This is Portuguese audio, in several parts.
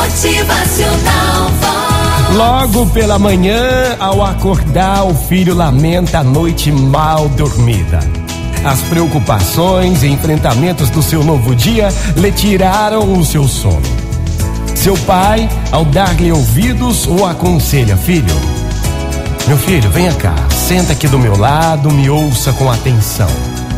Motivacional Vox. Logo pela manhã, ao acordar, o filho lamenta a noite mal dormida. As preocupações e enfrentamentos do seu novo dia lhe tiraram o seu sono. Seu pai, ao dar-lhe ouvidos, o aconselha: filho, meu filho, venha cá, senta aqui do meu lado, me ouça com atenção.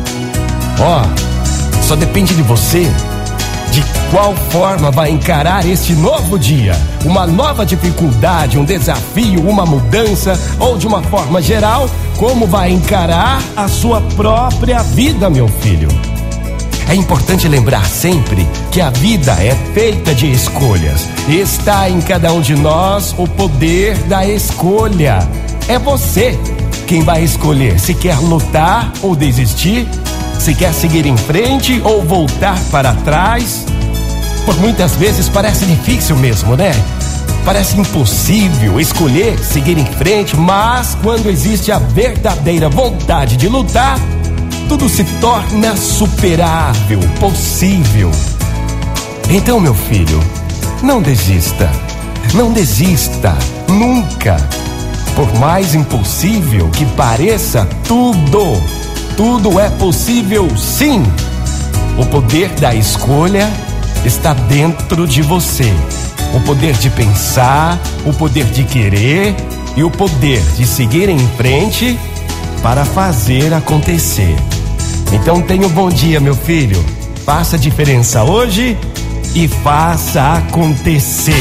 Só depende de você, de qual forma vai encarar este novo dia, uma nova dificuldade, um desafio, uma mudança, ou de uma forma geral, como vai encarar a sua própria vida, meu filho. É importante lembrar sempre que a vida é feita de escolhas. Está em cada um de nós o poder da escolha. É você quem vai escolher se quer lutar ou desistir, se quer seguir em frente ou voltar para trás. Por muitas vezes parece difícil mesmo, né? Parece impossível escolher seguir em frente, mas quando existe a verdadeira vontade de lutar, tudo se torna superável, possível. Então, meu filho, não desista. Não desista, nunca. Por mais impossível que pareça, tudo é possível, sim. O poder da escolha está dentro de você. O poder de pensar, o poder de querer e o poder de seguir em frente para fazer acontecer. Então tenha um bom dia, meu filho. Faça a diferença hoje e faça acontecer.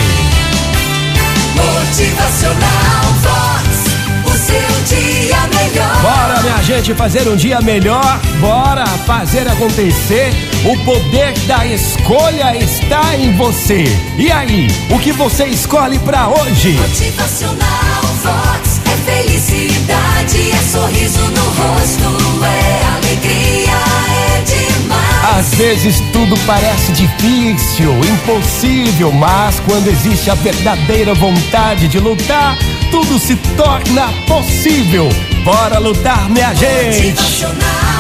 Motivacional Vox, o seu dia melhor. Bora, minha gente, fazer um dia melhor. Bora fazer acontecer. O poder da escolha está em você. E aí, o que você escolhe pra hoje? Motivacional Vox é felicidade, é sorriso no rosto, é alegria, é demais. Às vezes tudo parece difícil, impossível, mas quando existe a verdadeira vontade de lutar, tudo se torna possível. Bora lutar, minha gente! Motivacional